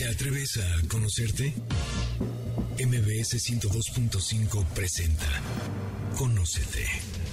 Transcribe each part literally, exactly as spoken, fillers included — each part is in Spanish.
¿Te atreves a conocerte? M B S ciento dos punto cinco presenta Conócete.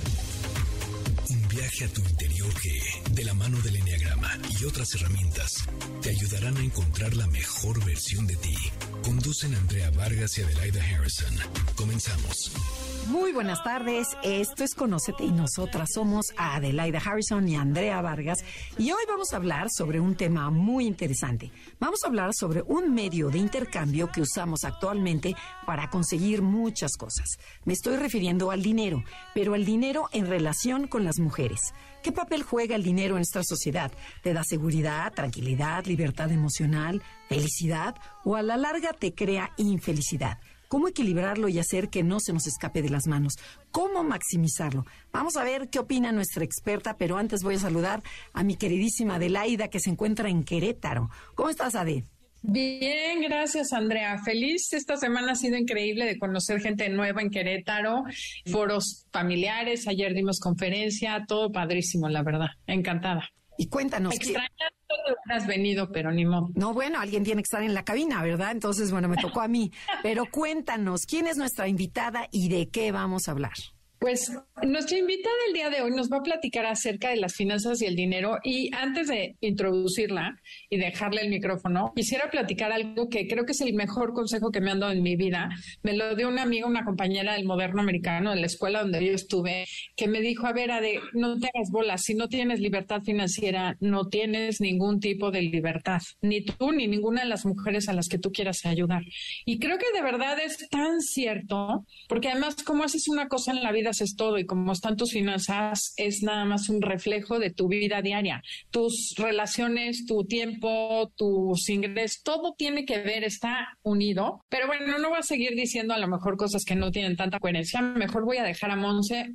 Un viaje a tu interior que, de la mano del Enneagrama y otras herramientas, te ayudarán a encontrar la mejor versión de ti. Conducen Andrea Vargas y Adelaida Harrison. Comenzamos. Muy buenas tardes, esto es Conócete y nosotras somos Adelaida Harrison y Andrea Vargas y hoy vamos a hablar sobre un tema muy interesante. Vamos a hablar sobre un medio de intercambio que usamos actualmente para conseguir muchas cosas. Me estoy refiriendo al dinero, pero al dinero en relación con las mujeres. ¿Qué papel juega el dinero en nuestra sociedad? ¿Te da seguridad, tranquilidad, libertad emocional, felicidad o a la larga te crea infelicidad? ¿Cómo equilibrarlo y hacer que no se nos escape de las manos? ¿Cómo maximizarlo? Vamos a ver qué opina nuestra experta, pero antes voy a saludar a mi queridísima Adelaida, que se encuentra en Querétaro. ¿Cómo estás, Ade? Bien, gracias, Andrea. Feliz. Esta semana ha sido increíble de conocer gente nueva en Querétaro, foros familiares, ayer dimos conferencia, todo padrísimo, la verdad. Encantada. Y cuéntanos. Extrañando que hubieras venido, pero ni modo. No, bueno, alguien tiene que estar en la cabina, ¿verdad? Entonces, bueno, me tocó a mí. Pero cuéntanos, ¿quién es nuestra invitada y de qué vamos a hablar? Pues nuestra invitada del día de hoy nos va a platicar acerca de las finanzas y el dinero, y antes de introducirla y dejarle el micrófono, quisiera platicar algo que creo que es el mejor consejo que me han dado en mi vida. Me lo dio una amiga, una compañera del Moderno Americano, de la escuela donde yo estuve, que me dijo, a ver, Ade, no te hagas bolas, si no tienes libertad financiera, no tienes ningún tipo de libertad, ni tú ni ninguna de las mujeres a las que tú quieras ayudar. Y creo que de verdad es tan cierto, porque además, como haces una cosa en la vida, es todo, y como están tus finanzas, es nada más un reflejo de tu vida diaria. Tus relaciones, tu tiempo, tus ingresos, todo tiene que ver, está unido. Pero bueno, no voy a seguir diciendo a lo mejor cosas que no tienen tanta coherencia. Mejor voy a dejar a Monse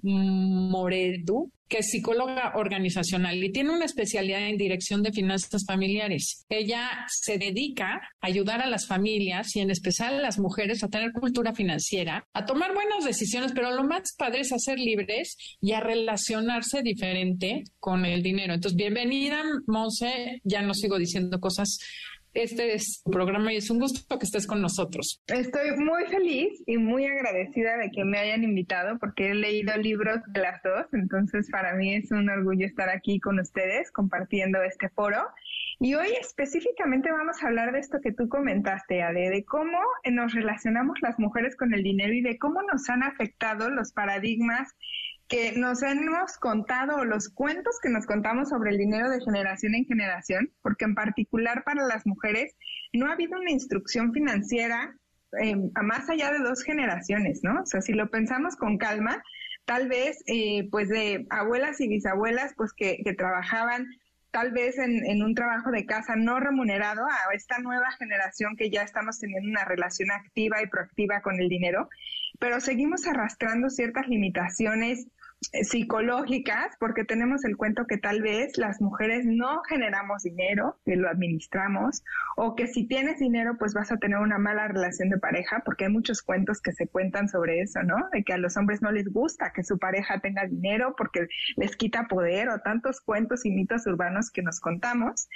Moredu, que es psicóloga organizacional y tiene una especialidad en dirección de finanzas familiares. Ella se dedica a ayudar a las familias y en especial a las mujeres a tener cultura financiera, a tomar buenas decisiones, pero lo más padre es a ser libres y a relacionarse diferente con el dinero. Entonces, bienvenida, Monse. Ya no sigo diciendo cosas. Este es tu programa y es un gusto que estés con nosotros. Estoy muy feliz y muy agradecida de que me hayan invitado porque he leído libros de las dos, entonces para mí es un orgullo estar aquí con ustedes compartiendo este foro. Y hoy específicamente vamos a hablar de esto que tú comentaste, Ade, de cómo nos relacionamos las mujeres con el dinero y de cómo nos han afectado los paradigmas que nos hemos contado o los cuentos que nos contamos sobre el dinero de generación en generación, porque en particular para las mujeres no ha habido una instrucción financiera eh, a más allá de dos generaciones, ¿no? O sea, si lo pensamos con calma, tal vez eh, pues de abuelas y bisabuelas pues que, que trabajaban tal vez en, en un trabajo de casa no remunerado, a esta nueva generación que ya estamos teniendo una relación activa y proactiva con el dinero, pero seguimos arrastrando ciertas limitaciones psicológicas porque tenemos el cuento que tal vez las mujeres no generamos dinero, que lo administramos, o que si tienes dinero pues vas a tener una mala relación de pareja, porque hay muchos cuentos que se cuentan sobre eso, ¿no? De que a los hombres no les gusta que su pareja tenga dinero porque les quita poder, o tantos cuentos y mitos urbanos que nos contamos.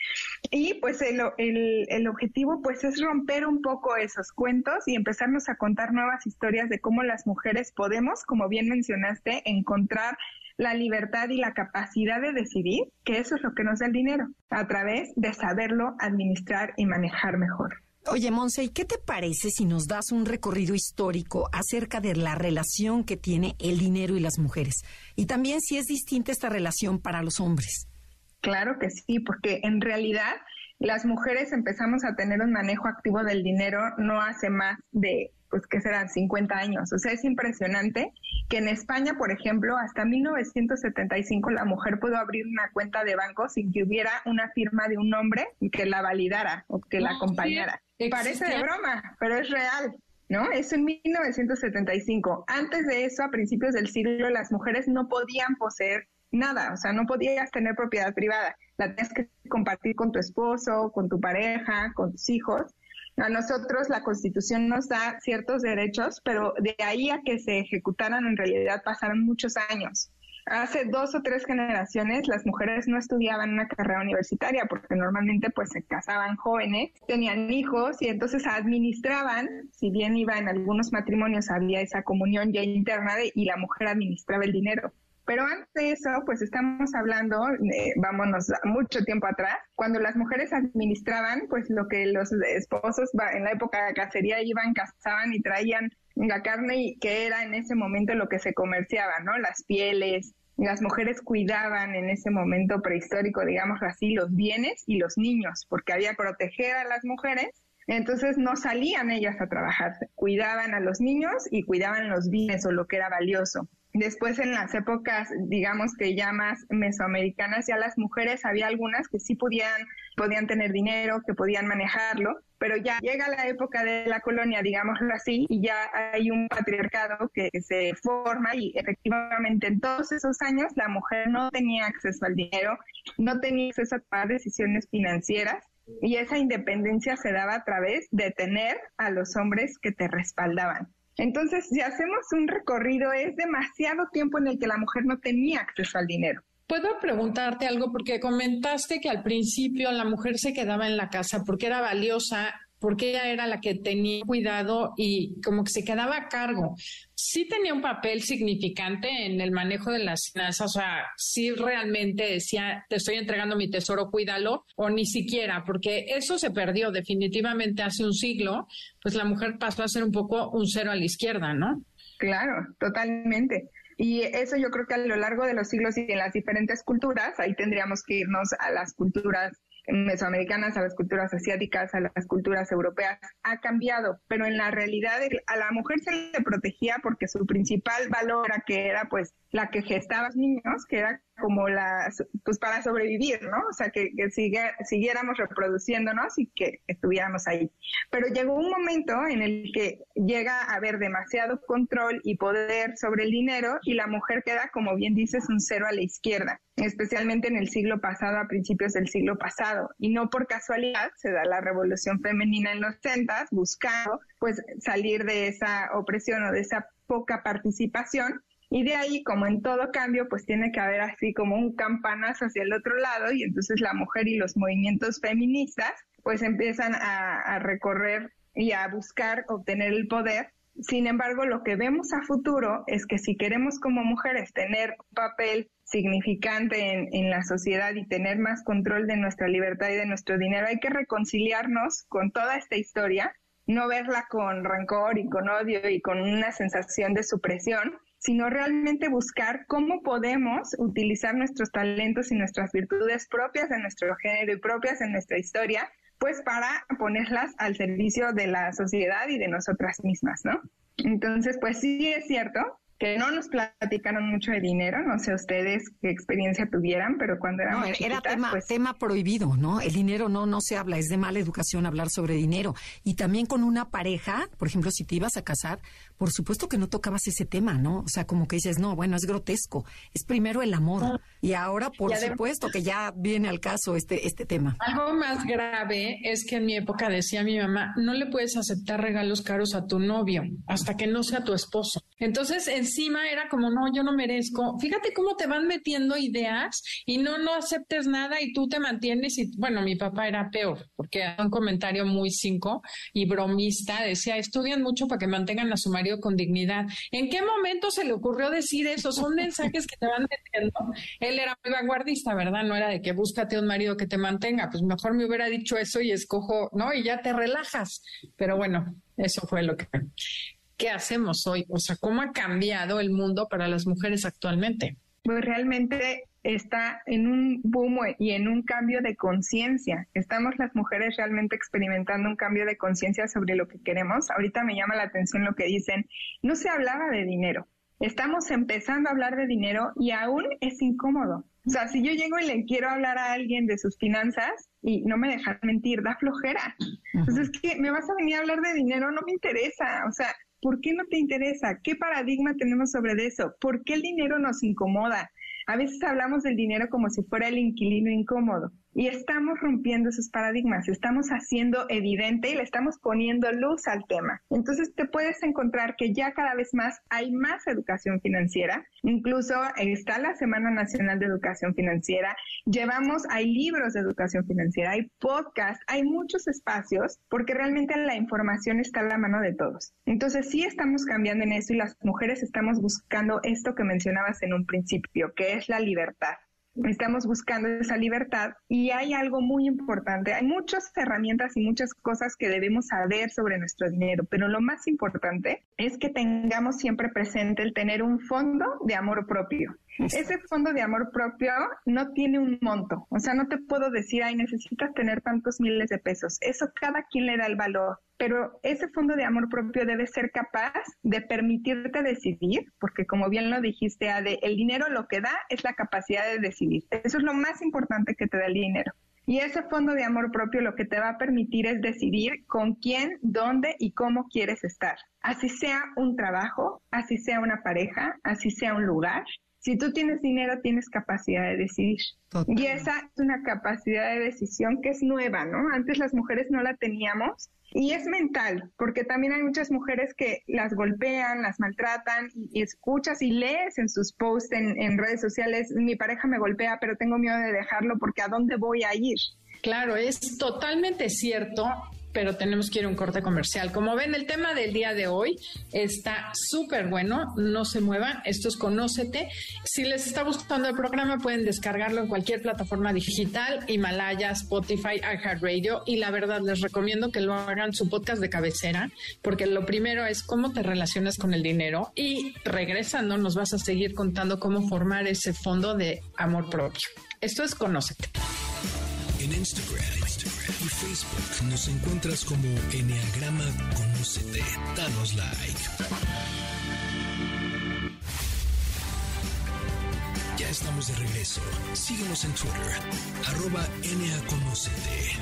Y pues el, el, el objetivo pues es romper un poco esos cuentos y empezarnos a contar nuevas historias de cómo las mujeres podemos, como bien mencionaste, encontrar la libertad y la capacidad de decidir, que eso es lo que nos da el dinero, a través de saberlo administrar y manejar mejor. Oye, Monse, ¿y qué te parece si nos das un recorrido histórico acerca de la relación que tiene el dinero y las mujeres? Y también si es distinta esta relación para los hombres. Claro que sí, porque en realidad las mujeres empezamos a tener un manejo activo del dinero no hace más de pues que serán cincuenta años. O sea, es impresionante que en España, por ejemplo, hasta mil novecientos setenta y cinco la mujer pudo abrir una cuenta de banco sin que hubiera una firma de un hombre que la validara o que no, la acompañara. Sí, parece de broma, pero es real, ¿no? Es en mil novecientos setenta y cinco. Antes de eso, a principios del siglo, las mujeres no podían poseer nada, o sea, no podías tener propiedad privada. La tenías que compartir con tu esposo, con tu pareja, con tus hijos. A nosotros la Constitución nos da ciertos derechos, pero de ahí a que se ejecutaran en realidad pasaron muchos años. hace dos o tres generaciones las mujeres no estudiaban una carrera universitaria porque normalmente pues se casaban jóvenes, tenían hijos y entonces administraban, si bien iba en algunos matrimonios había esa comunión ya interna de, y la mujer administraba el dinero. Pero antes de eso, pues estamos hablando, eh, vámonos mucho tiempo atrás, cuando las mujeres administraban, pues lo que los esposos en la época de cacería iban, cazaban y traían la carne y que era en ese momento lo que se comerciaba, ¿no? Las pieles, las mujeres cuidaban en ese momento prehistórico, digamos así, los bienes y los niños, porque había que proteger a las mujeres. Entonces no salían ellas a trabajar, cuidaban a los niños y cuidaban los bienes o lo que era valioso. Después en las épocas, digamos que ya más mesoamericanas, ya las mujeres había algunas que sí podían, podían tener dinero, que podían manejarlo, pero ya llega la época de la colonia, digámoslo así, y ya hay un patriarcado que se forma y efectivamente en todos esos años la mujer no tenía acceso al dinero, no tenía acceso a tomar decisiones financieras, y esa independencia se daba a través de tener a los hombres que te respaldaban. Entonces, si hacemos un recorrido, es demasiado tiempo en el que la mujer no tenía acceso al dinero. ¿Puedo preguntarte algo? Porque comentaste que al principio la mujer se quedaba en la casa porque era valiosa, porque ella era la que tenía cuidado y como que se quedaba a cargo. Sí tenía un papel significante en el manejo de las finanzas, o sea, sí realmente decía, te estoy entregando mi tesoro, cuídalo, o ni siquiera, porque eso se perdió definitivamente hace un siglo, pues la mujer pasó a ser un poco un cero a la izquierda, ¿no? Claro, totalmente. Y eso yo creo que a lo largo de los siglos y en las diferentes culturas, ahí tendríamos que irnos a las culturas mesoamericanas, a las culturas asiáticas, a las culturas europeas, ha cambiado, pero en la realidad a la mujer se le protegía porque su principal valor era que era pues la que gestaba a los niños, que era como la, pues para sobrevivir, ¿no? O sea, que, que sigue, siguiéramos reproduciéndonos y que estuviéramos ahí. Pero llegó un momento en el que llega a haber demasiado control y poder sobre el dinero y la mujer queda, como bien dices, un cero a la izquierda, especialmente en el siglo pasado, a principios del siglo pasado. Y no por casualidad se da la revolución femenina en los sesentas, buscando pues salir de esa opresión o de esa poca participación. Y de ahí, como en todo cambio, pues tiene que haber así como un campanazo hacia el otro lado y entonces la mujer y los movimientos feministas pues empiezan a, a recorrer y a buscar obtener el poder. Sin embargo, lo que vemos a futuro es que si queremos como mujeres tener un papel significante en, en la sociedad y tener más control de nuestra libertad y de nuestro dinero, hay que reconciliarnos con toda esta historia, no verla con rencor y con odio y con una sensación de supresión, sino realmente buscar cómo podemos utilizar nuestros talentos y nuestras virtudes propias de nuestro género y propias de nuestra historia, pues para ponerlas al servicio de la sociedad y de nosotras mismas, ¿no? Entonces, pues sí es cierto que no nos platicaron mucho de dinero, no sé ustedes qué experiencia tuvieran, pero cuando éramos no, chiquitas, era tema, pues... tema prohibido, ¿no? El dinero no, no se habla, es de mala educación hablar sobre dinero. Y también con una pareja, por ejemplo, si te ibas a casar, por supuesto que no tocabas ese tema, ¿no? O sea, como que dices, no, bueno, es grotesco, es primero el amor. Y ahora, por además, supuesto, que ya viene al caso este, este tema. Algo más grave es que en mi época decía mi mamá, no le puedes aceptar regalos caros a tu novio hasta que no sea tu esposo. Entonces, encima era como, no, yo no merezco. Fíjate cómo te van metiendo ideas y no, no aceptes nada y tú te mantienes. Y bueno, mi papá era peor, porque era un comentario muy cinco y bromista. Decía, estudian mucho para que mantengan a su marido con dignidad. ¿En qué momento se le ocurrió decir eso? Son mensajes que te van metiendo. Él era muy vanguardista, ¿verdad? No era de que búscate un marido que te mantenga. Pues mejor me hubiera dicho eso y escojo, ¿no? Y ya te relajas. Pero bueno, eso fue lo que... ¿Qué hacemos hoy? O sea, ¿cómo ha cambiado el mundo para las mujeres actualmente? Pues realmente está en un boom y en un cambio de conciencia. Estamos las mujeres realmente experimentando un cambio de conciencia sobre lo que queremos. Ahorita me llama la atención lo que dicen. No se hablaba de dinero. Estamos empezando a hablar de dinero y aún es incómodo. O sea, si yo llego y le quiero hablar a alguien de sus finanzas y no me dejan mentir, da flojera. Entonces, ¿qué? ¿Me vas a venir a hablar de dinero? No me interesa. O sea, ¿por qué no te interesa? ¿Qué paradigma tenemos sobre eso? ¿Por qué el dinero nos incomoda? A veces hablamos del dinero como si fuera el inquilino incómodo. Y estamos rompiendo esos paradigmas, estamos haciendo evidente y le estamos poniendo luz al tema. Entonces te puedes encontrar que ya cada vez más hay más educación financiera, incluso está la Semana Nacional de Educación Financiera, llevamos, hay libros de educación financiera, hay podcasts, hay muchos espacios, porque realmente la información está a la mano de todos. Entonces sí estamos cambiando en eso y las mujeres estamos buscando esto que mencionabas en un principio, que es la libertad. Estamos buscando esa libertad y hay algo muy importante. Hay muchas herramientas y muchas cosas que debemos saber sobre nuestro dinero, pero lo más importante es que tengamos siempre presente el tener un fondo de amor propio. Ese fondo de amor propio no tiene un monto, o sea, no te puedo decir, ay, necesitas tener tantos miles de pesos. Eso cada quien le da el valor, pero ese fondo de amor propio debe ser capaz de permitirte decidir, porque como bien lo dijiste, Ade, el dinero lo que da es la capacidad de decidir. Eso es lo más importante que te da el dinero. Y ese fondo de amor propio lo que te va a permitir es decidir con quién, dónde y cómo quieres estar. Así sea un trabajo, así sea una pareja, así sea un lugar. Si tú tienes dinero, tienes capacidad de decidir. Total. Y esa es una capacidad de decisión que es nueva, ¿no? Antes las mujeres no la teníamos. Y es mental, porque también hay muchas mujeres que las golpean, las maltratan, y, y escuchas y lees en sus posts en, en redes sociales, mi pareja me golpea, pero tengo miedo de dejarlo porque ¿a dónde voy a ir? Claro, es totalmente cierto, pero tenemos que ir a un corte comercial. Como ven, el tema del día de hoy está súper bueno, no se muevan, esto es Conócete. Si les está gustando el programa, pueden descargarlo en cualquier plataforma digital, Himalaya, Spotify, iHeartRadio, y la verdad les recomiendo que lo hagan su podcast de cabecera, porque lo primero es cómo te relacionas con el dinero, y regresando nos vas a seguir contando cómo formar ese fondo de amor propio. Esto es Conócete. En Instagram, Instagram y Facebook nos encuentras como Enneagrama Conócete. Danos like. Ya estamos de regreso. Síguenos en Twitter, arroba Enneaconócete.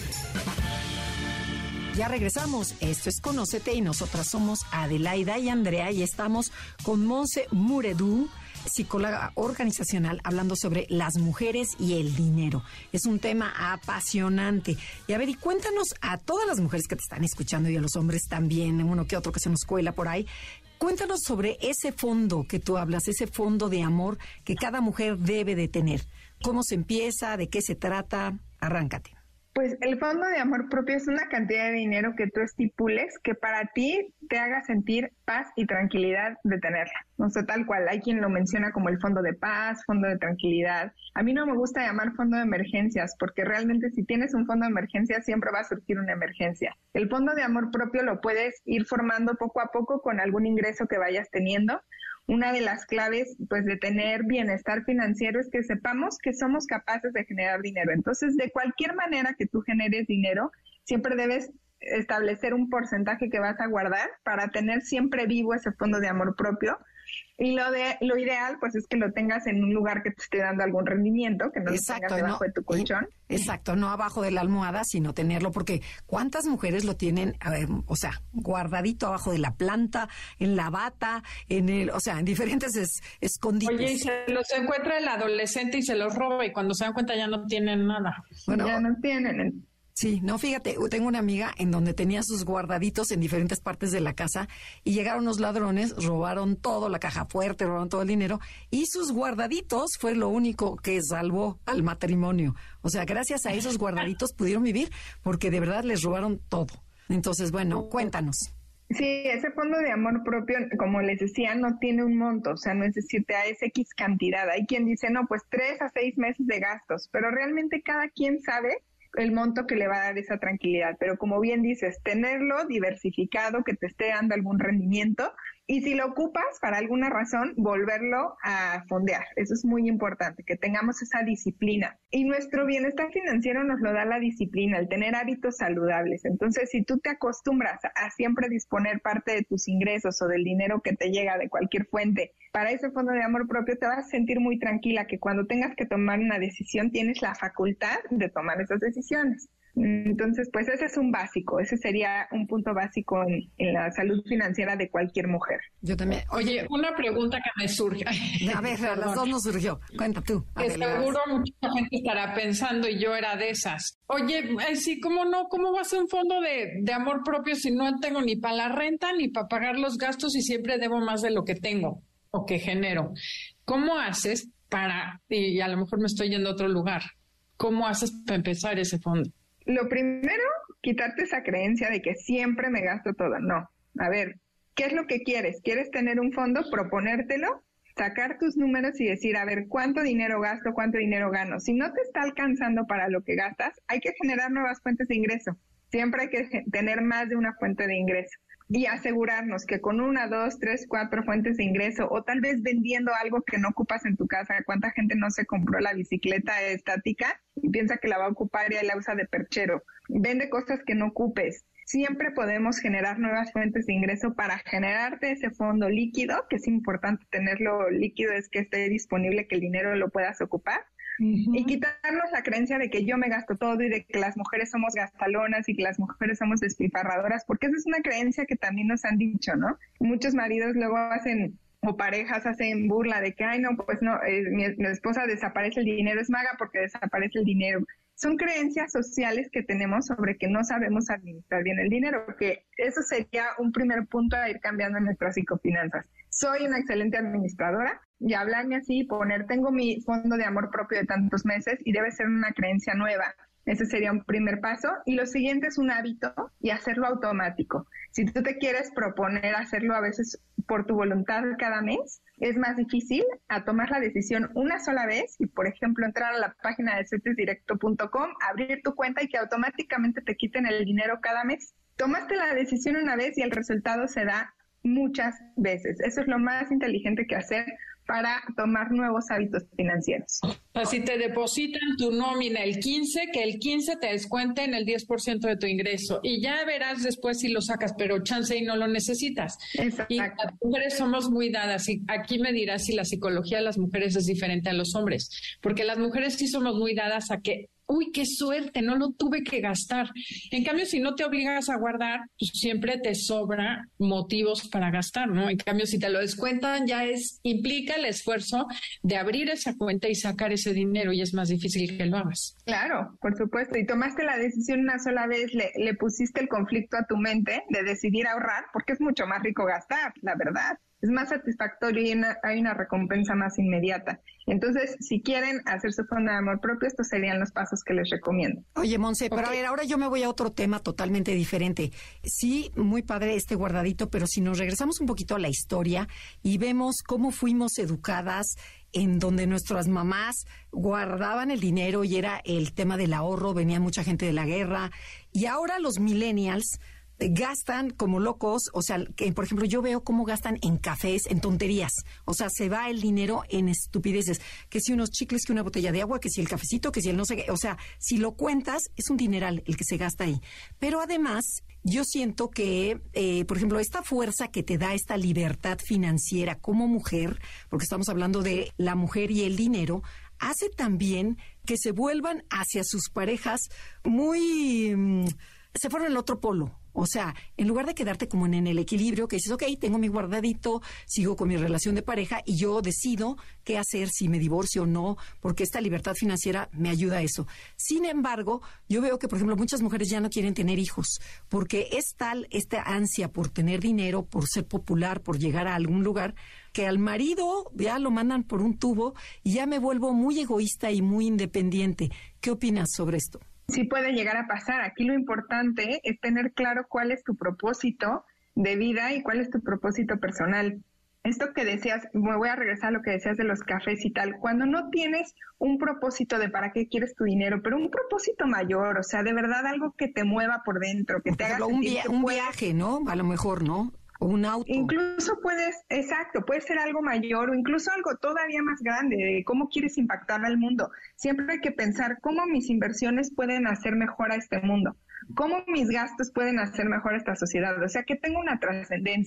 Ya regresamos. Esto es Conócete y nosotras somos Adelaida y Andrea y estamos con Montse Muredú, psicóloga organizacional, hablando sobre las mujeres y el dinero. Es un tema apasionante. Y a ver, y cuéntanos a todas las mujeres que te están escuchando y a los hombres también, uno que otro que se nos cuela por ahí, cuéntanos sobre ese fondo que tú hablas, ese fondo de amor que cada mujer debe de tener. ¿Cómo se empieza? ¿De qué se trata? Arráncate. Pues el fondo de amor propio es una cantidad de dinero que tú estipules que para ti te haga sentir paz y tranquilidad de tenerla. O sea, tal cual, hay quien lo menciona como el fondo de paz, fondo de tranquilidad. A mí no me gusta llamar fondo de emergencias, porque realmente si tienes un fondo de emergencia siempre va a surgir una emergencia. El fondo de amor propio lo puedes ir formando poco a poco con algún ingreso que vayas teniendo. Una de las claves, pues, de tener bienestar financiero es que sepamos que somos capaces de generar dinero. Entonces, de cualquier manera que tú generes dinero, siempre debes establecer un porcentaje que vas a guardar para tener siempre vivo ese fondo de amor propio. Y lo de lo ideal, pues, es que lo tengas en un lugar que te esté dando algún rendimiento, que no Exacto, lo tengas debajo no, de tu colchón. Exacto, no abajo de la almohada, sino tenerlo, porque ¿cuántas mujeres lo tienen, eh, o sea, guardadito abajo de la planta, en la bata, en el, o sea, en diferentes es, escondites? Oye, y se los encuentra el adolescente y se los roba, y cuando se dan cuenta ya no tienen nada. Bueno, ya no tienen. Sí, no, fíjate, tengo una amiga en donde tenía sus guardaditos en diferentes partes de la casa y llegaron los ladrones, robaron todo, la caja fuerte, robaron todo el dinero y sus guardaditos fue lo único que salvó al matrimonio. O sea, gracias a esos guardaditos pudieron vivir porque de verdad les robaron todo. Entonces, bueno, cuéntanos. Sí, ese fondo de amor propio, como les decía, no tiene un monto, o sea, no es decirte a esa X cantidad. Hay quien dice, no, pues tres a seis meses de gastos, pero realmente cada quien sabe el monto que le va a dar esa tranquilidad. Pero como bien dices, tenerlo diversificado, que te esté dando algún rendimiento, y si lo ocupas para alguna razón, volverlo a fondear. Eso es muy importante, que tengamos esa disciplina. Y nuestro bienestar financiero nos lo da la disciplina, el tener hábitos saludables. Entonces, si tú te acostumbras a siempre disponer parte de tus ingresos o del dinero que te llega de cualquier fuente para ese fondo de amor propio, te vas a sentir muy tranquila, que cuando tengas que tomar una decisión, tienes la facultad de tomar esas decisiones. Entonces, pues ese es un básico, ese sería un punto básico en, en la salud financiera de cualquier mujer. Yo también. Oye, una pregunta que me surge. A ver, a las dos nos surgió. Cuenta tú. Que seguro mucha gente estará pensando y yo era de esas. Oye, sí, ¿cómo no? ¿Cómo va a ser un fondo de, de amor propio si no tengo ni para la renta ni para pagar los gastos y siempre debo más de lo que tengo o que genero? ¿Cómo haces para, y a lo mejor me estoy yendo a otro lugar, cómo haces para empezar ese fondo? Lo primero, quitarte esa creencia de que siempre me gasto todo. No. A ver, ¿qué es lo que quieres? ¿Quieres tener un fondo? Proponértelo, sacar tus números y decir, a ver, ¿cuánto dinero gasto? ¿Cuánto dinero gano? Si no te está alcanzando para lo que gastas, hay que generar nuevas fuentes de ingreso. Siempre hay que tener más de una fuente de ingreso. Y asegurarnos que con una, dos, tres, cuatro fuentes de ingreso, o tal vez vendiendo algo que no ocupas en tu casa. ¿Cuánta gente no se compró la bicicleta estática y piensa que la va a ocupar y ahí la usa de perchero? Vende cosas que no ocupes. Siempre podemos generar nuevas fuentes de ingreso para generarte ese fondo líquido, que es importante tenerlo líquido, es que esté disponible, que el dinero lo puedas ocupar. Uh-huh. Y quitarnos la creencia de que yo me gasto todo y de que las mujeres somos gastalonas y que las mujeres somos despilfarradoras, porque esa es una creencia que también nos han dicho, ¿no? Muchos maridos luego hacen, o parejas hacen burla de que, ay, no, pues no, eh, mi, mi esposa desaparece el dinero, es maga porque desaparece el dinero. Son creencias sociales que tenemos sobre que no sabemos administrar bien el dinero, que eso sería un primer punto a ir cambiando en nuestras psicofinanzas. Soy una excelente administradora y hablarme así y poner, tengo mi fondo de amor propio de tantos meses y debe ser una creencia nueva. Ese sería un primer paso. Y lo siguiente es un hábito y hacerlo automático. Si tú te quieres proponer hacerlo a veces por tu voluntad cada mes, es más difícil a tomar la decisión una sola vez y, por ejemplo, entrar a la página de cetes directo punto com, abrir tu cuenta y que automáticamente te quiten el dinero cada mes. Tomaste la decisión una vez y el resultado se da muchas veces. Eso es lo más inteligente que hacer para tomar nuevos hábitos financieros. Así te depositan tu nómina el quince, que el quince te descuente en el diez por ciento de tu ingreso y ya verás después si lo sacas, pero chance y no lo necesitas. Exacto. Y las mujeres somos muy dadas y aquí me dirás si la psicología de las mujeres es diferente a los hombres, porque las mujeres sí somos muy dadas a que uy, qué suerte, no lo tuve que gastar. En cambio, si no te obligas a guardar, pues siempre te sobra motivos para gastar, ¿no? En cambio, si te lo descuentan, ya es implica el esfuerzo de abrir esa cuenta y sacar ese dinero y es más difícil que lo hagas. Claro, por supuesto. Y tomaste la decisión una sola vez, le, le pusiste el conflicto a tu mente de decidir ahorrar, porque es mucho más rico gastar, la verdad. Es más satisfactorio y una, hay una recompensa más inmediata. Entonces, si quieren hacer su fondo de amor propio, estos serían los pasos que les recomiendo. Oye, Monse, okay. Pero a ver, ahora yo me voy a otro tema totalmente diferente. Sí, muy padre este guardadito, pero si nos regresamos un poquito a la historia y vemos cómo fuimos educadas en donde nuestras mamás guardaban el dinero y era el tema del ahorro, venía mucha gente de la guerra, y ahora los millennials gastan como locos, o sea, que, por ejemplo, yo veo cómo gastan en cafés, en tonterías, o sea, se va el dinero en estupideces, que si unos chicles, que una botella de agua, que si el cafecito, que si el no sé qué, o sea, si lo cuentas, es un dineral el que se gasta ahí. Pero además, yo siento que, eh, por ejemplo, esta fuerza que te da esta libertad financiera como mujer, porque estamos hablando de la mujer y el dinero, hace también que se vuelvan hacia sus parejas muy... Mmm, se fueron al otro polo. O sea, en lugar de quedarte como en, en el equilibrio, que dices, ok, tengo mi guardadito, sigo con mi relación de pareja y yo decido qué hacer, si me divorcio o no, porque esta libertad financiera me ayuda a eso. Sin embargo, yo veo que, por ejemplo, muchas mujeres ya no quieren tener hijos, porque es tal esta ansia por tener dinero, por ser popular, por llegar a algún lugar, que al marido ya lo mandan por un tubo y ya me vuelvo muy egoísta y muy independiente. ¿Qué opinas sobre esto? Sí puede llegar a pasar. Aquí lo importante es tener claro cuál es tu propósito de vida y cuál es tu propósito personal. Esto que decías, me voy a regresar a lo que decías de los cafés y tal, cuando no tienes un propósito de para qué quieres tu dinero, pero un propósito mayor, o sea, de verdad algo que te mueva por dentro, que te haga sentir un, via- que un puedes... viaje, ¿no? A lo mejor, ¿no? O un auto. Incluso puedes, exacto, puede ser algo mayor o incluso algo todavía más grande, de cómo quieres impactar al mundo. Siempre hay que pensar cómo mis inversiones pueden hacer mejor a este mundo, cómo mis gastos pueden hacer mejor a esta sociedad, o sea, que tenga una trascendencia.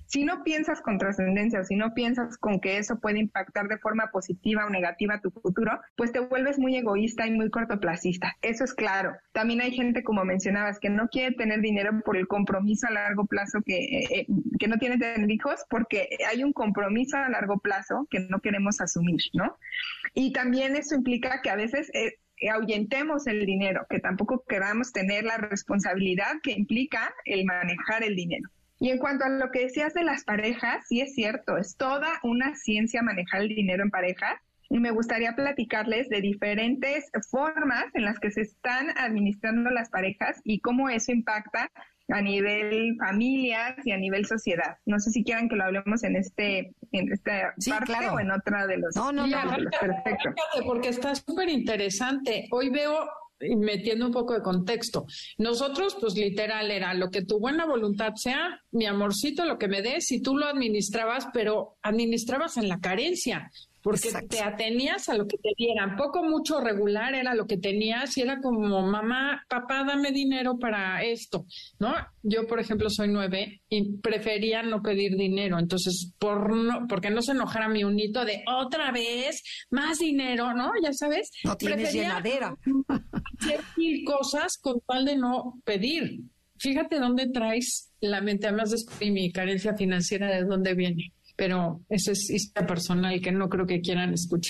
Si no piensas con trascendencia o si no piensas con que eso puede impactar de forma positiva o negativa tu futuro, pues te vuelves muy egoísta y muy cortoplacista. Eso es claro. También hay gente, como mencionabas, que no quiere tener dinero por el compromiso a largo plazo, que, eh, que no tiene tener hijos porque hay un compromiso a largo plazo que no queremos asumir, ¿no? Y también eso implica que a veces eh, ahuyentemos el dinero, que tampoco queramos tener la responsabilidad que implica el manejar el dinero. Y en cuanto a lo que decías de las parejas, sí es cierto, es toda una ciencia manejar el dinero en pareja. Y me gustaría platicarles de diferentes formas en las que se están administrando las parejas y cómo eso impacta a nivel familias y a nivel sociedad. No sé si quieran que lo hablemos en este en esta sí, parte claro. o en otra de los... No, no, no. Perfecto. Porque está súper interesante. Hoy veo, metiendo un poco de contexto, nosotros pues literal era lo que tu buena voluntad sea, mi amorcito, lo que me des, y tú lo administrabas, pero administrabas en la carencia. Porque Exacto. te atenías a lo que te dieran, poco, mucho, regular era lo que tenías y era como, mamá, papá, dame dinero para esto, ¿no? Yo, por ejemplo, soy nueve y prefería no pedir dinero, entonces, por no, porque no se enojara mi unito de otra vez, más dinero, ¿no? Ya sabes. No tienes llenadera. Hacer cosas con tal de no pedir. Fíjate dónde traes la mente, además de mi carencia financiera, de dónde viene. Pero eso es historia personal que no creo que quieran escuchar.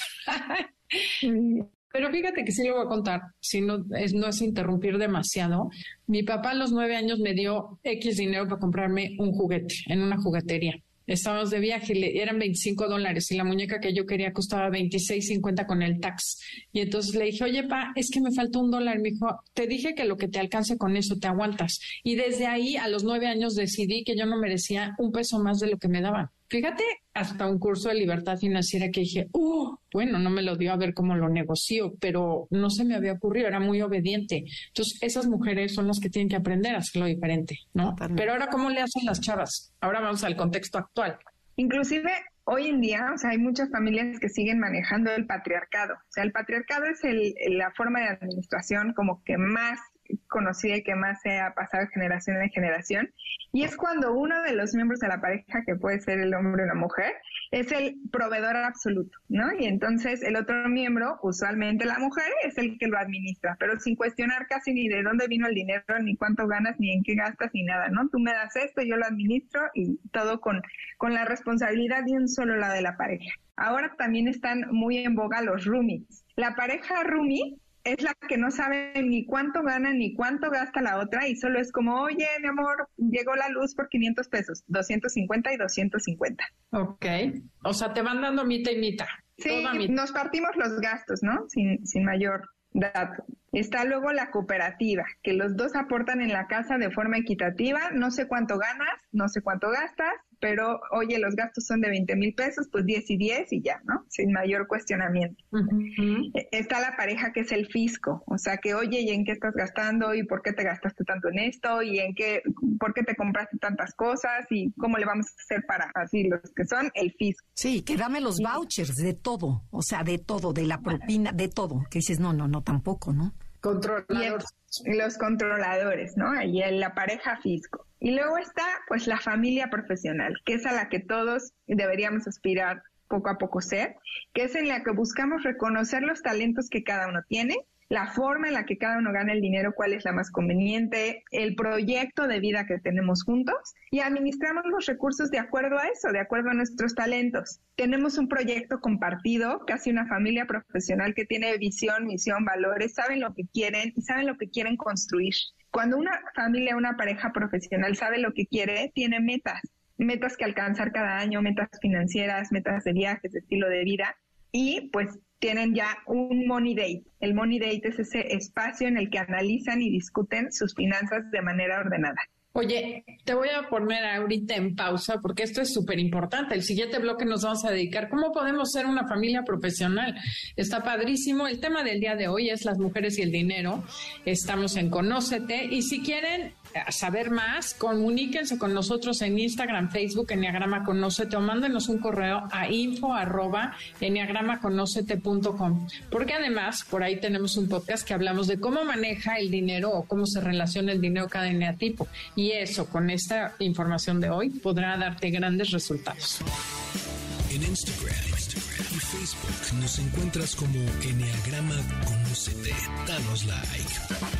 Pero fíjate que sí lo voy a contar, si no es, no es interrumpir demasiado. Mi papá a los nueve años me dio X dinero para comprarme un juguete en una juguetería. Estábamos de viaje, le, eran veinticinco dólares y la muñeca que yo quería costaba veintiséis cincuenta con el tax. Y entonces le dije, oye, pa, es que me faltó un dólar. Me dijo, te dije que lo que te alcance con eso te aguantas. Y desde ahí, a los nueve años, decidí que yo no merecía un peso más de lo que me daban. Fíjate, hasta un curso de libertad financiera que dije, uh, bueno, no me lo dio a ver cómo lo negocio, pero no se me había ocurrido, era muy obediente. Entonces, esas mujeres son las que tienen que aprender a hacerlo diferente, ¿no? Totalmente. Pero ahora, ¿cómo le hacen las chavas? Ahora vamos al contexto actual. Inclusive, hoy en día, o sea, hay muchas familias que siguen manejando el patriarcado. O sea, el patriarcado es el, la forma de administración como que más conocida y que más se ha pasado de generación en generación, y es cuando uno de los miembros de la pareja, que puede ser el hombre o la mujer, es el proveedor absoluto, ¿no? Y entonces el otro miembro, usualmente la mujer, es el que lo administra, pero sin cuestionar casi ni de dónde vino el dinero, ni cuánto ganas, ni en qué gastas, ni nada, ¿no? Tú me das esto, yo lo administro, y todo con, con la responsabilidad de un solo lado de la pareja. Ahora también están muy en boga los roomies. La pareja roomie es la que no sabe ni cuánto gana ni cuánto gasta la otra y solo es como, oye, mi amor, llegó la luz por quinientos pesos, doscientos cincuenta y doscientos cincuenta. Ok, o sea, te van dando mitad y mitad. Sí, nos partimos los gastos, ¿no? Sin, sin mayor dato. Está luego la cooperativa, que los dos aportan en la casa de forma equitativa, no sé cuánto ganas, no sé cuánto gastas, pero oye, los gastos son de veinte mil pesos, pues diez y diez y ya, ¿no? Sin mayor cuestionamiento. Uh-huh. Está la pareja que es el fisco, o sea que, oye, ¿y en qué estás gastando? ¿Y por qué te gastaste tanto en esto? ¿Y en qué, por qué te compraste tantas cosas? ¿Y cómo le vamos a hacer para así los que son el fisco? Sí, que dame los vouchers de todo, o sea, de todo, de la propina, de todo. Que dices, no, no, no, tampoco, ¿no? Controladores. Y el, los controladores, ¿no? Ahí la pareja fisco. Y luego está, pues, la familia profesional, que es a la que todos deberíamos aspirar poco a poco ser, que es en la que buscamos reconocer los talentos que cada uno tiene, la forma en la que cada uno gana el dinero, cuál es la más conveniente, el proyecto de vida que tenemos juntos y administramos los recursos de acuerdo a eso, de acuerdo a nuestros talentos. Tenemos un proyecto compartido, casi una familia profesional que tiene visión, misión, valores, saben lo que quieren y saben lo que quieren construir. Cuando una familia, una pareja profesional sabe lo que quiere, tiene metas, metas que alcanzar cada año, metas financieras, metas de viajes, de estilo de vida y pues tienen ya un money date. El money date es ese espacio en el que analizan y discuten sus finanzas de manera ordenada. Oye, te voy a poner ahorita en pausa porque esto es súper importante. El siguiente bloque nos vamos a dedicar cómo podemos ser una familia profesional. Está padrísimo. El tema del día de hoy es las mujeres y el dinero. Estamos en Conócete y si quieren saber más, comuníquense con nosotros en Instagram, Facebook, Enneagrama Conócete o mándenos un correo a info arroba enneagrama conócete punto com porque además por ahí tenemos un podcast que hablamos de cómo maneja el dinero o cómo se relaciona el dinero cada eneatipo y Y eso, con esta información de hoy, podrá darte grandes resultados. En Instagram, Instagram y Facebook nos encuentras como Enneagrama Conócete. Danos like.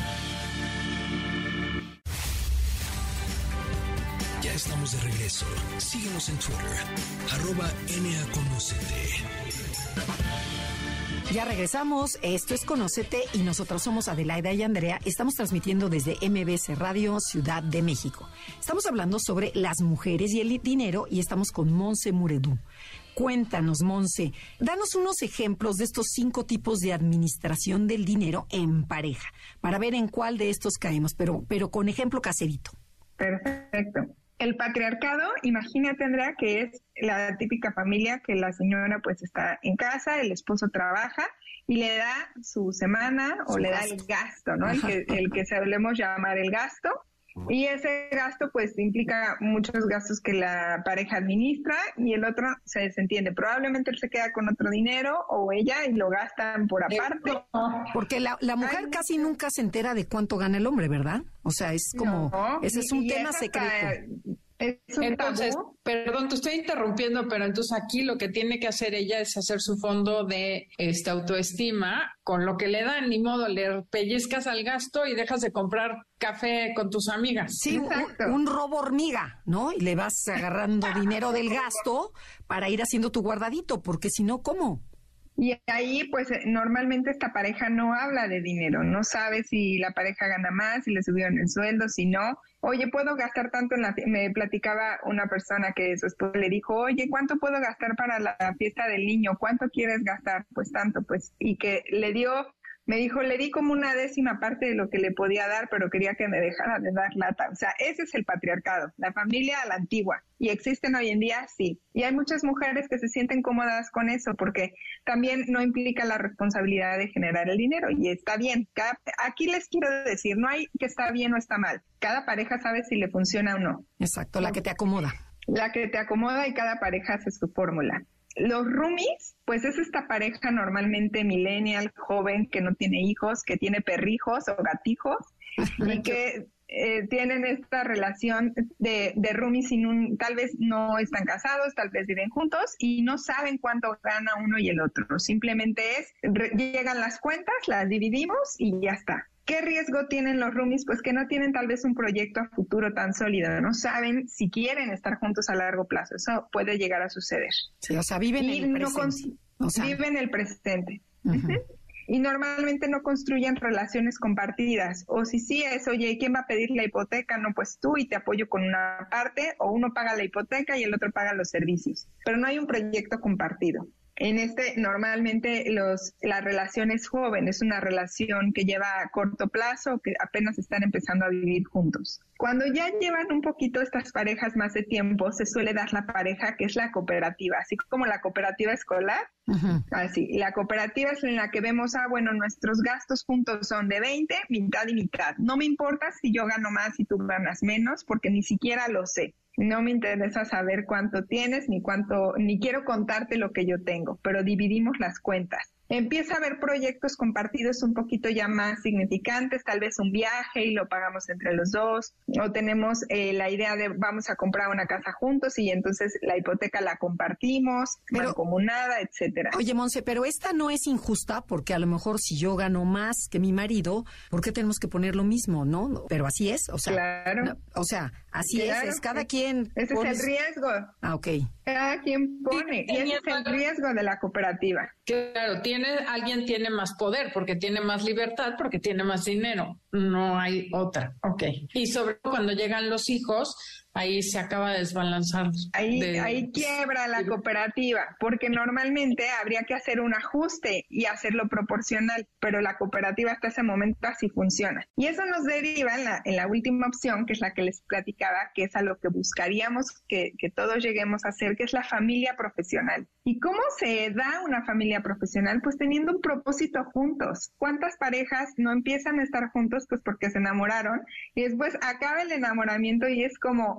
Ya estamos de regreso. Síguenos en Twitter, arroba Enneaconócete. Ya regresamos, esto es Conócete y nosotros somos Adelaida y Andrea. Estamos transmitiendo desde M B C Radio Ciudad de México. Estamos hablando sobre las mujeres y el dinero y estamos con Montse Muredú. Cuéntanos, Montse, danos unos ejemplos de estos cinco tipos de administración del dinero en pareja, para ver en cuál de estos caemos, pero, pero con ejemplo caserito. Perfecto. El patriarcado, imagínate, Andrea, que es la típica familia que la señora pues está en casa, el esposo trabaja y le da su semana o su le gasto. da el gasto, ¿no? El que, el que solemos llamar el gasto. Y ese gasto pues implica muchos gastos que la pareja administra y el otro se desentiende. Probablemente él se queda con otro dinero o ella y lo gastan por aparte. Porque la, la mujer Ay, casi no. nunca se entera de cuánto gana el hombre, ¿verdad? O sea, es como, no, ese es un tema secreto. Es un entonces, tabú. Perdón, te estoy interrumpiendo, pero entonces aquí lo que tiene que hacer ella es hacer su fondo de este, autoestima con lo que le dan, ni modo, le pellizcas al gasto y dejas de comprar café con tus amigas. Sí, un, un robo hormiga, ¿no? Y le vas agarrando dinero del gasto para ir haciendo tu guardadito, porque si no, ¿cómo? Y ahí, pues, normalmente esta pareja no habla de dinero, no sabe si la pareja gana más, si le subieron el sueldo, si no. Oye, ¿puedo gastar tanto en la fiesta? Me platicaba una persona que su esposo le dijo, oye, ¿cuánto puedo gastar para la fiesta del niño? ¿Cuánto quieres gastar? Pues tanto, pues, y que le dio... Me dijo, le di como una décima parte de lo que le podía dar, pero quería que me dejara de dar lata. O sea, ese es el patriarcado, la familia a la antigua. Y existen hoy en día, sí. Y hay muchas mujeres que se sienten cómodas con eso, porque también no implica la responsabilidad de generar el dinero. Y está bien. Cada, aquí les quiero decir, no hay que está bien o está mal. Cada pareja sabe si le funciona o no. Exacto, la que te acomoda. La que te acomoda y cada pareja hace su fórmula. Los roomies, pues es esta pareja normalmente millennial, joven, que no tiene hijos, que tiene perrijos o gatijos y que eh, tienen esta relación de, de roomies sin un, tal vez no están casados, tal vez viven juntos y no saben cuánto gana uno y el otro. Simplemente es, re, llegan las cuentas, las dividimos y ya está. ¿Qué riesgo tienen los roomies? Pues que no tienen tal vez un proyecto a futuro tan sólido, no saben si quieren estar juntos a largo plazo. Eso puede llegar a suceder. Sí, o sea, viven y en el no presente. Con, o sea, viven el presente. Uh-huh. Uh-huh. Y normalmente no construyen relaciones compartidas. O si sí es, oye, ¿quién va a pedir la hipoteca? No, pues tú y te apoyo con una parte, o uno paga la hipoteca y el otro paga los servicios. Pero no hay un proyecto compartido. En este, normalmente los, la relación es joven, es una relación que lleva a corto plazo, que apenas están empezando a vivir juntos. Cuando ya llevan un poquito estas parejas más de tiempo, se suele dar la pareja que es la cooperativa, así como la cooperativa escolar. Uh-huh. Así, la cooperativa es en la que vemos, ah, bueno, nuestros gastos juntos son de veinte, mitad y mitad. No me importa si yo gano más y tú ganas menos, porque ni siquiera lo sé. No me interesa saber cuánto tienes, ni cuánto, ni quiero contarte lo que yo tengo, pero dividimos las cuentas. Empieza a haber proyectos compartidos un poquito ya más significantes, tal vez un viaje y lo pagamos entre los dos, o tenemos eh, la idea de vamos a comprar una casa juntos y entonces la hipoteca la compartimos, mancomunada, etcétera. Oye, Montse, pero esta no es injusta porque a lo mejor si yo gano más que mi marido, ¿por qué tenemos que poner lo mismo, no? Pero así es, o sea, claro. No, o sea, así claro. es, es cada quien. Ese pones... es el riesgo. Ah, ok. Cada quien pone, y ese es el riesgo de la cooperativa. Claro, tiene, alguien tiene más poder porque tiene más libertad, porque tiene más dinero. No hay otra. Ok. Y sobre todo cuando llegan los hijos, ahí se acaba de desbalanzar. Ahí, de... ahí quiebra la cooperativa, porque normalmente habría que hacer un ajuste y hacerlo proporcional, pero la cooperativa hasta ese momento así funciona. Y eso nos deriva en la, en la última opción, que es la que les platicaba, que es a lo que buscaríamos que, que todos lleguemos a hacer, que es la familia profesional. ¿Y cómo se da una familia profesional? Pues teniendo un propósito juntos. ¿Cuántas parejas no empiezan a estar juntos? Pues porque se enamoraron y después acaba el enamoramiento y es como,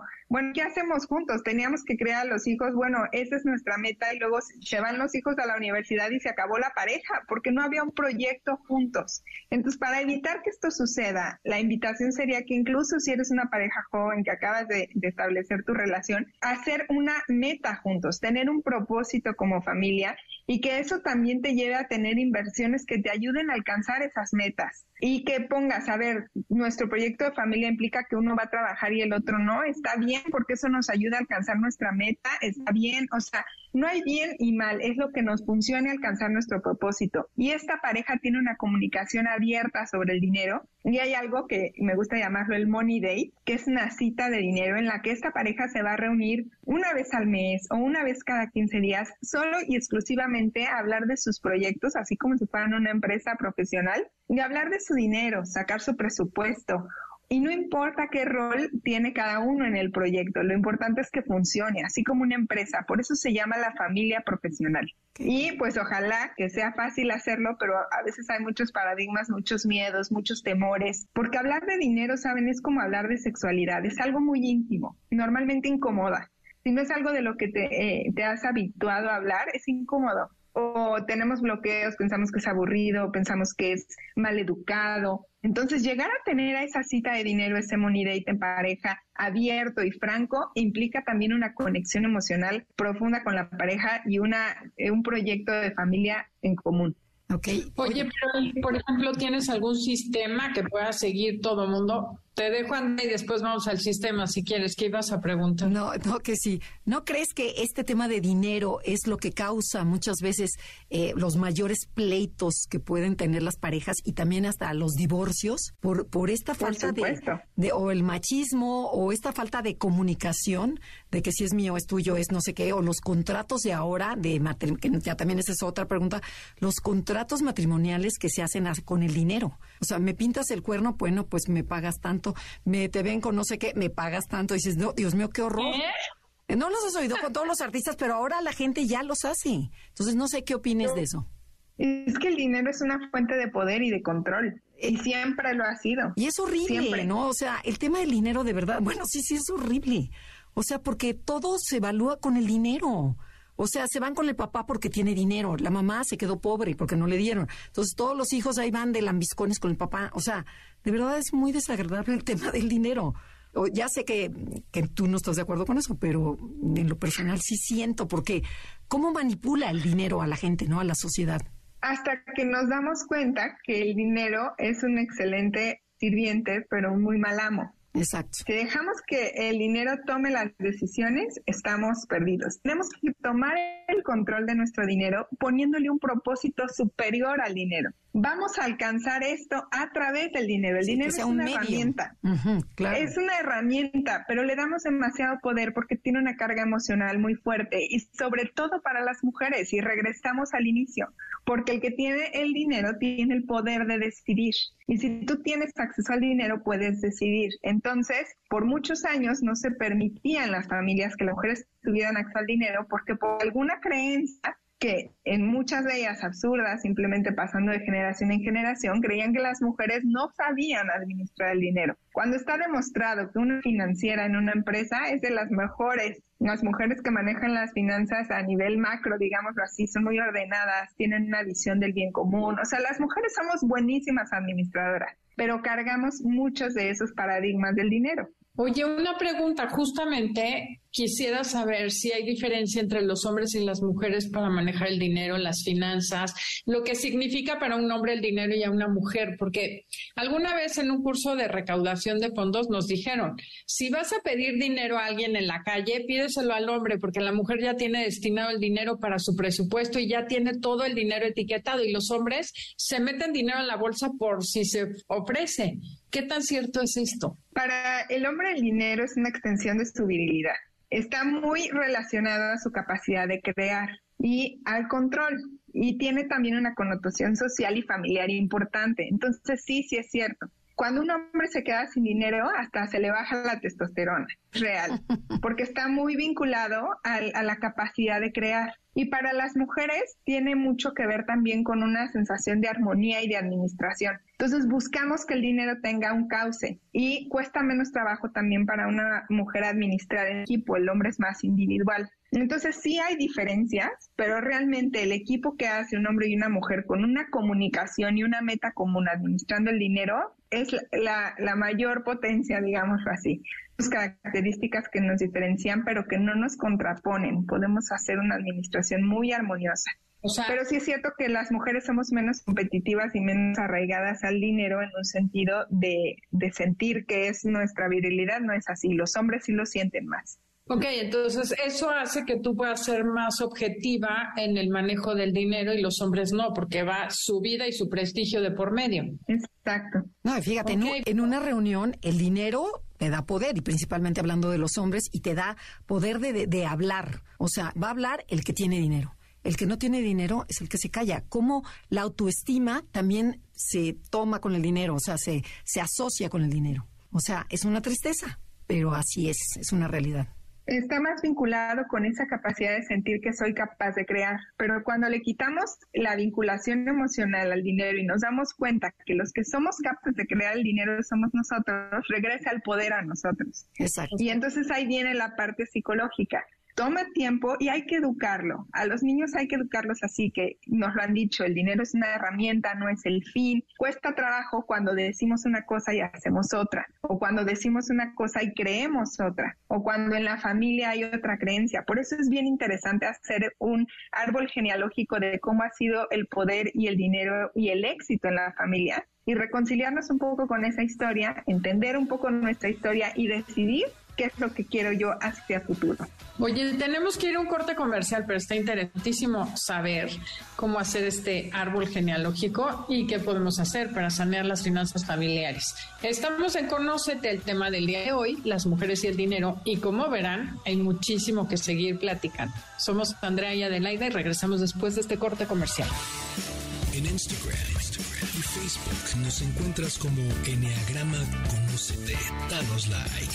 bueno, ¿qué hacemos juntos? Teníamos que crear a los hijos, bueno, esa es nuestra meta, y luego se van los hijos a la universidad y se acabó la pareja, porque no había un proyecto juntos. Entonces, para evitar que esto suceda, la invitación sería que incluso si eres una pareja joven que acabas de, de establecer tu relación, hacer una meta juntos, tener un propósito como familia, y que eso también te lleve a tener inversiones que te ayuden a alcanzar esas metas. Y que pongas, a ver, nuestro proyecto de familia implica que uno va a trabajar y el otro no, está bien, porque eso nos ayuda a alcanzar nuestra meta, está bien, o sea, no hay bien y mal, es lo que nos funcione alcanzar nuestro propósito. Y esta pareja tiene una comunicación abierta sobre el dinero, y hay algo que me gusta llamarlo el Money Date, que es una cita de dinero en la que esta pareja se va a reunir una vez al mes o una vez cada quince días, solo y exclusivamente a hablar de sus proyectos, así como si fueran una empresa profesional, y hablar de su dinero, sacar su presupuesto. Y no importa qué rol tiene cada uno en el proyecto, lo importante es que funcione, así como una empresa. Por eso se llama la familia profesional. Y pues ojalá que sea fácil hacerlo, pero a veces hay muchos paradigmas, muchos miedos, muchos temores. Porque hablar de dinero, ¿saben? Es como hablar de sexualidad, es algo muy íntimo, normalmente incomoda. Si no es algo de lo que te, eh, te has habituado a hablar, es incómodo. O tenemos bloqueos, pensamos que es aburrido, pensamos que es maleducado. Entonces, llegar a tener a esa cita de dinero, ese money date en pareja abierto y franco, implica también una conexión emocional profunda con la pareja y una eh, un proyecto de familia en común. Okay. Oye, pero, por ejemplo, ¿tienes algún sistema que pueda seguir todo el mundo? Te dejo, Andrea, y después vamos al sistema, si quieres. ¿Qué ibas a preguntar? No, no, que sí. ¿No crees que este tema de dinero es lo que causa muchas veces eh, los mayores pleitos que pueden tener las parejas y también hasta los divorcios? Por, por esta falta de, de, o el machismo, o esta falta de comunicación, de que si es mío, es tuyo, es no sé qué, o los contratos de ahora, de matrim- que ya también esa es otra pregunta, los contratos matrimoniales que se hacen con el dinero. O sea, me pintas el cuerno, bueno, pues me pagas tanto. Me te ven con no sé qué, me pagas tanto, y dices, no, Dios mío, qué horror. ¿Eh? No los has oído con todos los artistas, pero ahora la gente ya los hace. Entonces, no sé qué opines no. de eso. Es que el dinero es una fuente de poder y de control, y siempre lo ha sido. Y es horrible, siempre. ¿no? O sea, el tema del dinero, de verdad, bueno, sí, sí, es horrible. O sea, porque todo se evalúa con el dinero. O sea, se van con el papá porque tiene dinero. La mamá se quedó pobre porque no le dieron. Entonces, todos los hijos ahí van de lambiscones con el papá. O sea, de verdad es muy desagradable el tema del dinero. O, ya sé que, que tú no estás de acuerdo con eso, pero en lo personal sí siento, porque ¿cómo manipula el dinero a la gente, no? A la sociedad. Hasta que nos damos cuenta que el dinero es un excelente sirviente, pero un muy mal amo. Exacto. Si dejamos que el dinero tome las decisiones, estamos perdidos. Tenemos que tomar el control de nuestro dinero poniéndole un propósito superior al dinero. Vamos a alcanzar esto a través del dinero. El sí, dinero es un una medio. herramienta. Uh-huh, claro. Es una herramienta, pero le damos demasiado poder porque tiene una carga emocional muy fuerte, y sobre todo para las mujeres. Y regresamos al inicio, porque el que tiene el dinero tiene el poder de decidir. Y si tú tienes acceso al dinero, puedes decidir. Entonces, por muchos años no se permitía en las familias que las mujeres tuvieran acceso al dinero, porque por alguna creencia, que en muchas de ellas absurdas, simplemente pasando de generación en generación, creían que las mujeres no sabían administrar el dinero. Cuando está demostrado que una financiera en una empresa es de las mejores, las mujeres que manejan las finanzas a nivel macro, digámoslo así, son muy ordenadas, tienen una visión del bien común. O sea, las mujeres somos buenísimas administradoras, pero cargamos muchos de esos paradigmas del dinero. Oye, una pregunta, justamente quisiera saber si hay diferencia entre los hombres y las mujeres para manejar el dinero, las finanzas, lo que significa para un hombre el dinero y a una mujer, porque alguna vez en un curso de recaudación de fondos nos dijeron, si vas a pedir dinero a alguien en la calle, pídeselo al hombre, porque la mujer ya tiene destinado el dinero para su presupuesto y ya tiene todo el dinero etiquetado, y los hombres se meten dinero en la bolsa por si se ofrece. ¿Qué tan cierto es esto? Para el hombre el dinero es una extensión de su virilidad. Está muy relacionado a su capacidad de crear y al control. Y tiene también una connotación social y familiar importante. Entonces sí, sí es cierto. cuando un hombre se queda sin dinero, hasta se le baja la testosterona, real, porque está muy vinculado a, a la capacidad de crear. Y para las mujeres tiene mucho que ver también con una sensación de armonía y de administración. Entonces buscamos que el dinero tenga un cauce y cuesta menos trabajo también para una mujer administrar en equipo, el hombre es más individual. Entonces sí hay diferencias, pero realmente el equipo que hace un hombre y una mujer con una comunicación y una meta común administrando el dinero es la, la mayor potencia, digámoslo así. Las características que nos diferencian, pero que no nos contraponen. Podemos hacer una administración muy armoniosa. O sea, pero sí es cierto que las mujeres somos menos competitivas y menos arraigadas al dinero en un sentido de, de sentir que es nuestra virilidad, no es así. Los hombres sí lo sienten más. Ok, entonces eso hace que tú puedas ser más objetiva en el manejo del dinero y los hombres no, porque va su vida y su prestigio de por medio. Exacto. No, fíjate, okay. en, en una reunión el dinero te da poder, y principalmente hablando de los hombres, y te da poder de, de, de hablar. O sea, va a hablar el que tiene dinero. El que no tiene dinero es el que se calla. Cómo la autoestima también se toma con el dinero, o sea, se, se asocia con el dinero. O sea, es una tristeza, pero así es, es una realidad. Está más vinculado con esa capacidad de sentir que soy capaz de crear, pero cuando le quitamos la vinculación emocional al dinero y nos damos cuenta que los que somos capaces de crear el dinero somos nosotros, regresa el poder a nosotros. Exacto. Y entonces ahí viene la parte psicológica. Toma tiempo y hay que educarlo. A los niños hay que educarlos así, que nos lo han dicho, el dinero es una herramienta, no es el fin. Cuesta trabajo cuando decimos una cosa y hacemos otra, o cuando decimos una cosa y creemos otra, o cuando en la familia hay otra creencia. Por eso es bien interesante hacer un árbol genealógico de cómo ha sido el poder y el dinero y el éxito en la familia, y reconciliarnos un poco con esa historia, entender un poco nuestra historia y decidir qué es lo que quiero yo hacia el futuro. Oye, tenemos que ir a un corte comercial, pero está interesantísimo saber cómo hacer este árbol genealógico y qué podemos hacer para sanear las finanzas familiares. Estamos en Conócete, el tema del día de hoy, las mujeres y el dinero, y como verán, hay muchísimo que seguir platicando. Somos Andrea y Adelaida y regresamos después de este corte comercial. En Instagram, Instagram y Facebook nos encuentras como Enneagrama Conócete. Danos like.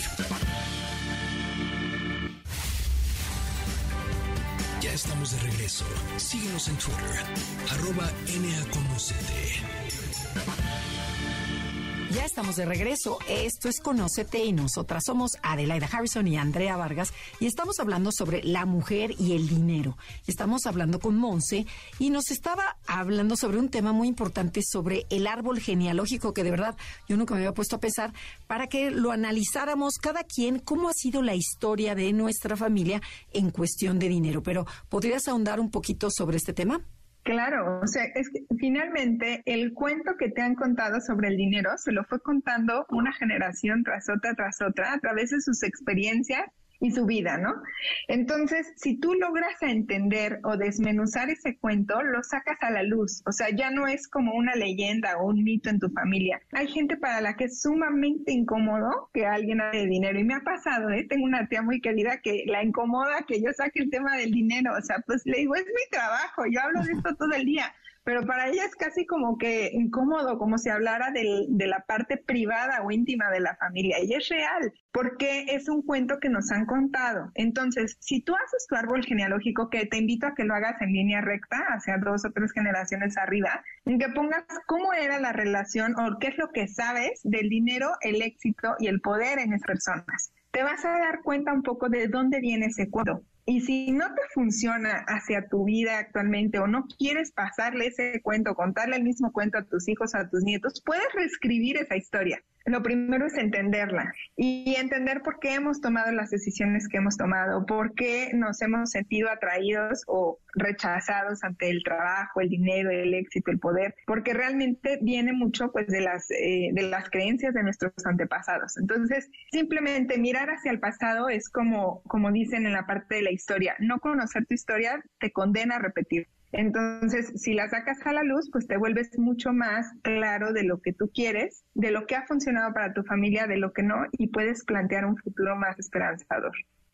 Ya estamos de regreso. Síguenos en Twitter, arroba Enneaconócete. Ya estamos de regreso. Esto es Conócete y nosotras somos Adelaida Harrison y Andrea Vargas y estamos hablando sobre la mujer y el dinero. Estamos hablando con Monse y nos estaba hablando sobre un tema muy importante, sobre el árbol genealógico, que de verdad yo nunca me había puesto a pensar, para que lo analizáramos cada quien, cómo ha sido la historia de nuestra familia en cuestión de dinero. Pero, ¿podrías ahondar un poquito sobre este tema? Claro, o sea, es que finalmente el cuento que te han contado sobre el dinero se lo fue contando una generación tras otra, tras otra, a través de sus experiencias y su vida, ¿no? Entonces, si tú logras entender o desmenuzar ese cuento, lo sacas a la luz. O sea, ya no es como una leyenda o un mito en tu familia. Hay gente para la que es sumamente incómodo que alguien hable de dinero. Y me ha pasado, ¿eh? Tengo una tía muy querida que la incomoda que yo saque el tema del dinero. O sea, pues le digo, es mi trabajo, yo hablo de esto todo el día. Pero para ella es casi como que incómodo, como si hablara del, de la parte privada o íntima de la familia. Y es real, porque es un cuento que nos han contado. Entonces, si tú haces tu árbol genealógico, que te invito a que lo hagas en línea recta, hacia dos o tres generaciones arriba, en que pongas cómo era la relación o qué es lo que sabes del dinero, el éxito y el poder en esas personas. Te vas a dar cuenta un poco de dónde viene ese cuento. Y si no te funciona hacia tu vida actualmente o no quieres pasarle ese cuento, contarle el mismo cuento a tus hijos o a tus nietos, puedes reescribir esa historia. Lo primero es entenderla y entender por qué hemos tomado las decisiones que hemos tomado, por qué nos hemos sentido atraídos o rechazados ante el trabajo, el dinero, el éxito, el poder, porque realmente viene mucho pues de las eh, de las creencias de nuestros antepasados. Entonces, simplemente mirar hacia el pasado es como como dicen en la parte de la historia, no conocer tu historia te condena a repetir. Entonces, si la sacas a la luz, pues te vuelves mucho más claro de lo que tú quieres, de lo que ha funcionado para tu familia, de lo que no, y puedes plantear un futuro más esperanzador.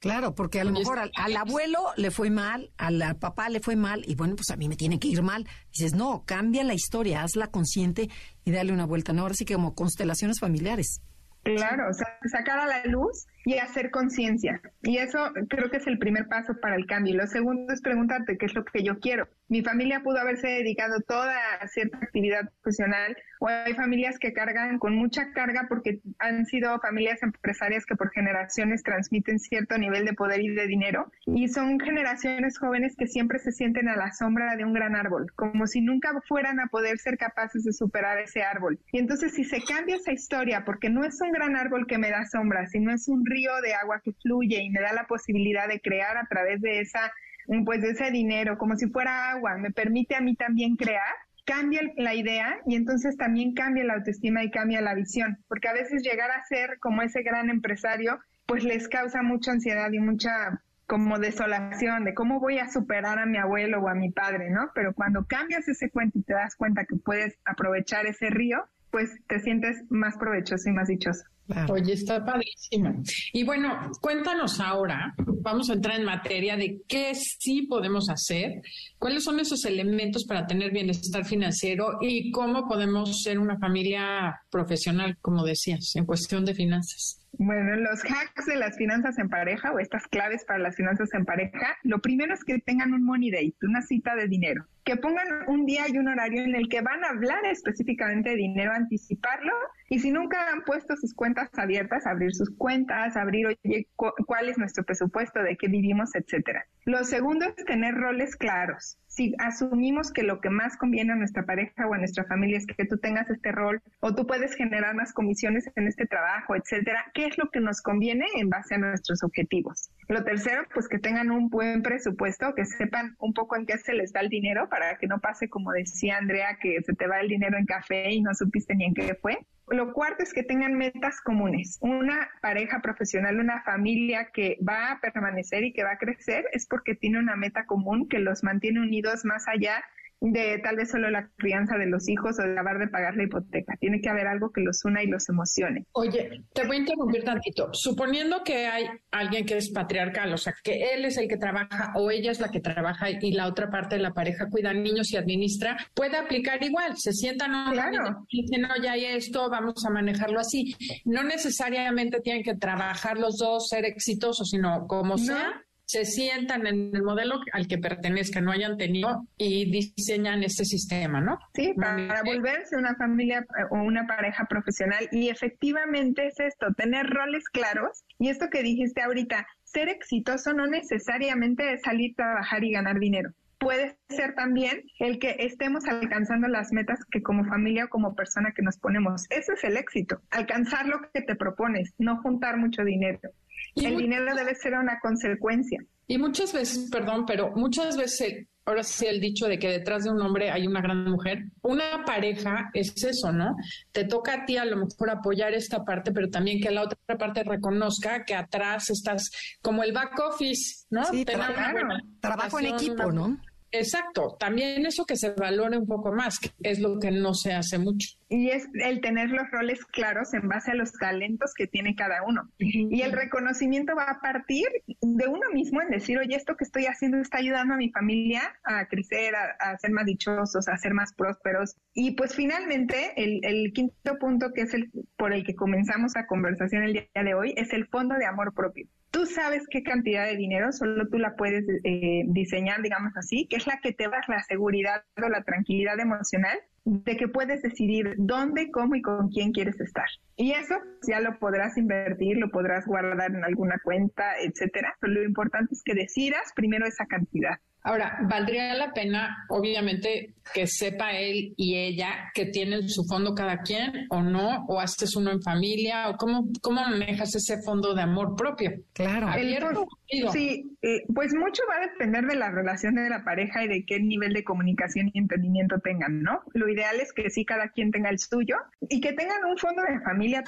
Claro, porque a lo mejor al, al abuelo le fue mal, al, al papá le fue mal, y bueno, pues a mí me tiene que ir mal. Dices, no, cambia la historia, hazla consciente y dale una vuelta. No, ahora sí que como constelaciones familiares. Claro, o sea, sacar a la luz y hacer conciencia. Y eso creo que es el primer paso para el cambio. Y lo segundo es preguntarte qué es lo que yo quiero. Mi familia pudo haberse dedicado toda a cierta actividad profesional, o hay familias que cargan con mucha carga porque han sido familias empresarias que por generaciones transmiten cierto nivel de poder y de dinero, y son generaciones jóvenes que siempre se sienten a la sombra de un gran árbol, como si nunca fueran a poder ser capaces de superar ese árbol. Y entonces si se cambia esa historia, porque no es un gran árbol que me da sombra, sino es un río de agua que fluye y me da la posibilidad de crear a través de esa, pues de ese dinero, como si fuera agua, me permite a mí también crear, cambia la idea y entonces también cambia la autoestima y cambia la visión, porque a veces llegar a ser como ese gran empresario, pues les causa mucha ansiedad y mucha como desolación de cómo voy a superar a mi abuelo o a mi padre, ¿no? Pero cuando cambias ese cuento y te das cuenta que puedes aprovechar ese río, pues te sientes más provechoso y más dichoso. Claro. Oye, está padrísimo. Y bueno, cuéntanos ahora, vamos a entrar en materia de qué sí podemos hacer, cuáles son esos elementos para tener bienestar financiero y cómo podemos ser una familia profesional, como decías, en cuestión de finanzas. Bueno, los hacks de las finanzas en pareja o estas claves para las finanzas en pareja, lo primero es que tengan un money date, una cita de dinero, que pongan un día y un horario en el que van a hablar específicamente de dinero, anticiparlo, y si nunca han puesto sus cuentas abiertas, abrir sus cuentas, abrir, oye, cu- cuál es nuestro presupuesto, de qué vivimos, etcétera. Lo segundo es tener roles claros. Si asumimos que lo que más conviene a nuestra pareja o a nuestra familia es que tú tengas este rol, o tú puedes generar más comisiones en este trabajo, etcétera, ¿qué es lo que nos conviene en base a nuestros objetivos? Lo tercero, pues que tengan un buen presupuesto, que sepan un poco en qué se les da el dinero para que no pase como decía Andrea, que se te va el dinero en café y no supiste ni en qué fue. Lo cuarto es que tengan metas comunes. Una pareja profesional, una familia que va a permanecer y que va a crecer es porque tiene una meta común que los mantiene unidos más allá de tal vez solo la crianza de los hijos o de acabar de pagar la hipoteca. Tiene que haber algo que los una y los emocione. Oye, te voy a interrumpir tantito. Suponiendo que hay alguien que es patriarcal, o sea, que él es el que trabaja o ella es la que trabaja y la otra parte de la pareja cuida niños y administra, puede aplicar igual. Se sientan claro. y dicen, no, ya hay esto, vamos a manejarlo así. No necesariamente tienen que trabajar los dos, ser exitosos, sino como no. sea. Se sientan en el modelo al que pertenezcan, no hayan tenido, y diseñan este sistema, ¿no? Sí, para, para volverse una familia o una pareja profesional. Y efectivamente es esto, tener roles claros. Y esto que dijiste ahorita, ser exitoso no necesariamente es salir a trabajar y ganar dinero. Puede ser también el que estemos alcanzando las metas que como familia o como persona que nos ponemos. Ese es el éxito, alcanzar lo que te propones, no juntar mucho dinero. Y el dinero debe ser una consecuencia. Y muchas veces, perdón, pero muchas veces, ahora sí el dicho de que detrás de un hombre hay una gran mujer, una pareja es eso, ¿no? Te toca a ti a lo mejor apoyar esta parte, pero también que la otra parte reconozca que atrás estás como el back office, ¿no? Sí, Tener tra- una buena trabajo en relación, equipo, una... ¿no? Exacto, también eso que se valore un poco más, que es lo que no se hace mucho. Y es el tener los roles claros en base a los talentos que tiene cada uno. Uh-huh. Y el reconocimiento va a partir de uno mismo en decir, oye, esto que estoy haciendo está ayudando a mi familia a crecer, a, a ser más dichosos, a ser más prósperos. Y pues finalmente, el, el quinto punto, que es el por el que comenzamos la conversación el día de hoy, es el fondo de amor propio. Tú sabes qué cantidad de dinero, solo tú la puedes eh, diseñar, digamos así, que es la que te da la seguridad o la tranquilidad emocional de que puedes decidir dónde, cómo y con quién quieres estar. Y eso ya lo podrás invertir, lo podrás guardar en alguna cuenta, etcétera. Pero lo importante es que decidas primero esa cantidad. Ahora, ¿valdría la pena, obviamente, que sepa él y ella que tienen su fondo cada quien o no? ¿O haces uno en familia? ¿O cómo, cómo manejas ese fondo de amor propio? Claro. ¿Abierto? El, sí, eh, pues mucho va a depender de la relación de la pareja y de qué nivel de comunicación y entendimiento tengan, ¿no? Lo ideal es que sí cada quien tenga el suyo y que tengan un fondo de familia también para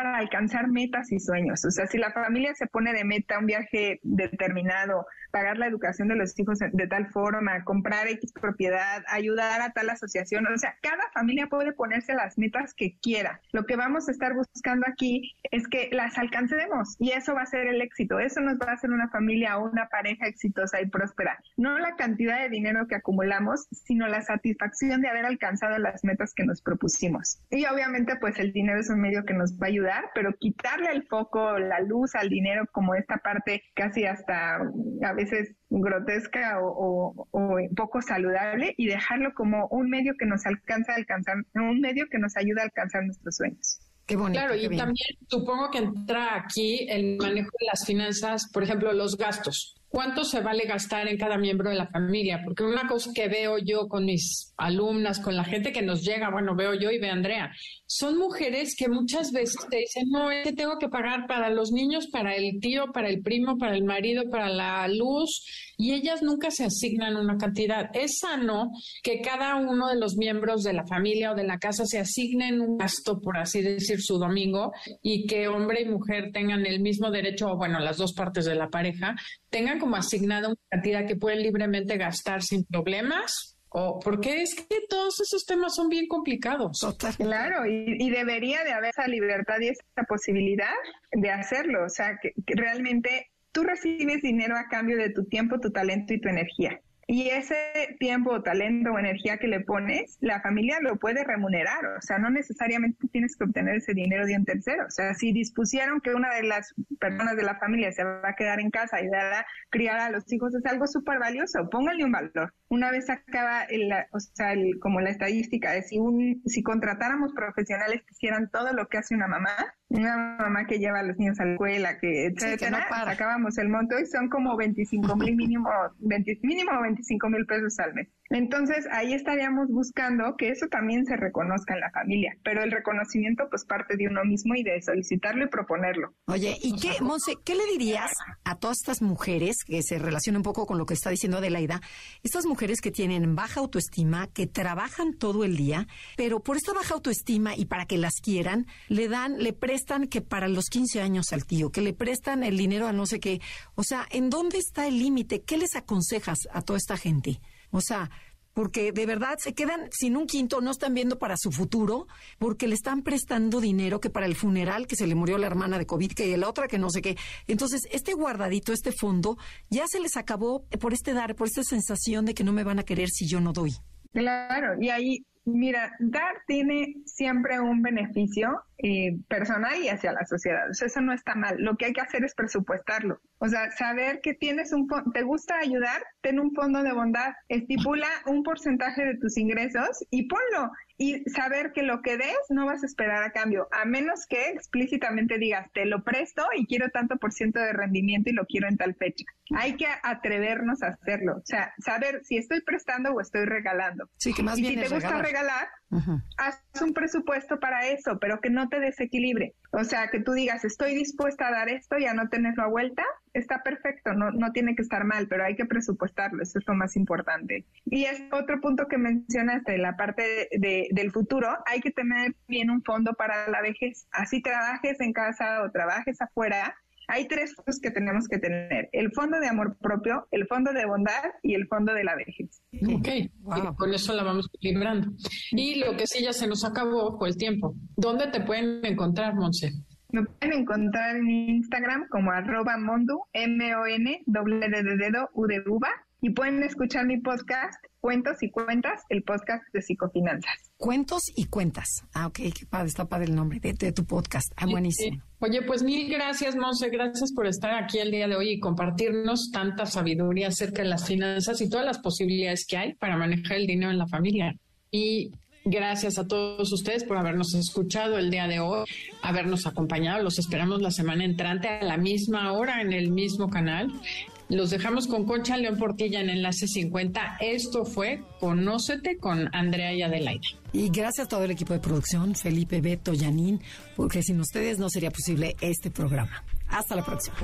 para alcanzar metas y sueños. O sea, si la familia se pone de meta un viaje determinado, pagar la educación de los hijos de tal forma, comprar X propiedad, ayudar a tal asociación, o sea, cada familia puede ponerse las metas que quiera. Lo que vamos a estar buscando aquí es que las alcancemos y eso va a ser el éxito. Eso nos va a hacer una familia o una pareja exitosa y próspera. No la cantidad de dinero que acumulamos, sino la satisfacción de haber alcanzado las metas que nos propusimos. Y obviamente, pues el dinero es un medio que nos va a ayudar, pero quitarle el foco, la luz al dinero como esta parte casi hasta a veces grotesca o, o, o poco saludable y dejarlo como un medio que nos alcanza a alcanzar, un medio que nos ayuda a alcanzar nuestros sueños. Qué bonito. Claro, y bien. También supongo que entra aquí el manejo de las finanzas, por ejemplo, los gastos. ¿Cuánto se vale gastar en cada miembro de la familia? Porque una cosa que veo yo con mis alumnas, con la gente que nos llega, bueno, veo yo y ve a Andrea, son mujeres que muchas veces te dicen, no, es que tengo que pagar para los niños, para el tío, para el primo, para el marido, para la luz, y ellas nunca se asignan una cantidad. Es sano que cada uno de los miembros de la familia o de la casa se asignen un gasto, por así decir, su domingo, y que hombre y mujer tengan el mismo derecho, o bueno, las dos partes de la pareja, tengan como asignada una cantidad que pueden libremente gastar sin problemas. O porque es que todos esos temas son bien complicados. Claro, y, y debería de haber esa libertad y esa posibilidad de hacerlo. O sea, que, que realmente tú recibes dinero a cambio de tu tiempo, tu talento y tu energía. Y ese tiempo, talento o energía que le pones, la familia lo puede remunerar. O sea, no necesariamente tienes que obtener ese dinero de un tercero. O sea, si dispusieron que una de las personas de la familia se va a quedar en casa y dar a criar a los hijos, es algo súper valioso. Póngale un valor. Una vez acaba, el, o sea, el, como la estadística de si, un, si contratáramos profesionales que hicieran todo lo que hace una mamá, una mamá que lleva a los niños a la escuela, que etcétera, sí, que no sacábamos el monto y son como veinticinco mil mínimo, veinte, mínimo veinticinco mil pesos al mes. Entonces ahí estaríamos buscando que eso también se reconozca en la familia, pero el reconocimiento pues parte de uno mismo y de solicitarlo y proponerlo. Oye, ¿y qué, Monse, qué le dirías a todas estas mujeres que se relacionan un poco con lo que está diciendo Adelaida? Estas mujeres que tienen baja autoestima, que trabajan todo el día, pero por esta baja autoestima y para que las quieran, le dan, le prestan que para los quince años al tío, que le prestan el dinero a no sé qué. O sea, ¿en dónde está el límite? ¿Qué les aconsejas a toda esta gente? O sea, porque de verdad se quedan sin un quinto, no están viendo para su futuro, porque le están prestando dinero que para el funeral, que se le murió la hermana de COVID, que la otra que no sé qué. Entonces, este guardadito, este fondo, ya se les acabó por este dar, por esta sensación de que no me van a querer si yo no doy. Claro, y ahí, mira, dar tiene siempre un beneficio eh, personal y hacia la sociedad. O sea, eso no está mal. Lo que hay que hacer es presupuestarlo. O sea, saber que tienes un fondo, te gusta ayudar, ten un fondo de bondad, estipula un porcentaje de tus ingresos y ponlo. Y saber que lo que des no vas a esperar a cambio, a menos que explícitamente digas, te lo presto y quiero tanto por ciento de rendimiento y lo quiero en tal fecha. Hay que atrevernos a hacerlo. O sea, saber si estoy prestando o estoy regalando. Sí, que más y bien si te es gusta regalar, regalar uh-huh. haz un presupuesto para eso, pero que no te desequilibre. O sea, que tú digas, estoy dispuesta a dar esto y a no tenerlo a vuelta, está perfecto, no, no tiene que estar mal, pero hay que presupuestarlo, eso es lo más importante. Y es otro punto que mencionaste, la parte de, de, del futuro, hay que tener bien un fondo para la vejez. Así trabajes en casa o trabajes afuera, hay tres fondos que tenemos que tener: el fondo de amor propio, el fondo de bondad y el fondo de la vejez. Ok, wow. Con eso la vamos equilibrando. Y lo que sí ya se nos acabó fue el tiempo. ¿Dónde te pueden encontrar, Monse? Me pueden encontrar en Instagram como arroba mondu, M O N, doble D de dedo, U de uva. Y pueden escuchar mi podcast, Cuentos y Cuentas, el podcast de psicofinanzas. Cuentos y Cuentas. Ah, ok, qué padre, está padre el nombre de, de tu podcast. Ah, buenísimo. Sí, sí. Oye, pues mil gracias, Monse, gracias por estar aquí el día de hoy y compartirnos tanta sabiduría acerca de las finanzas y todas las posibilidades que hay para manejar el dinero en la familia. Y gracias a todos ustedes por habernos escuchado el día de hoy, habernos acompañado. Los esperamos la semana entrante a la misma hora en el mismo canal. Los dejamos con Concha León Portilla en Enlace cincuenta. Esto fue Conócete con Andrea y Adelaida. Y gracias a todo el equipo de producción, Felipe, Beto, Yanin, porque sin ustedes no sería posible este programa. Hasta la próxima.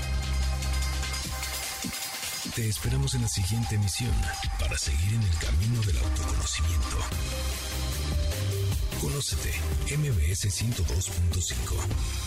Te esperamos en la siguiente emisión para seguir en el camino del autoconocimiento. Conócete, M B S ciento dos punto cinco.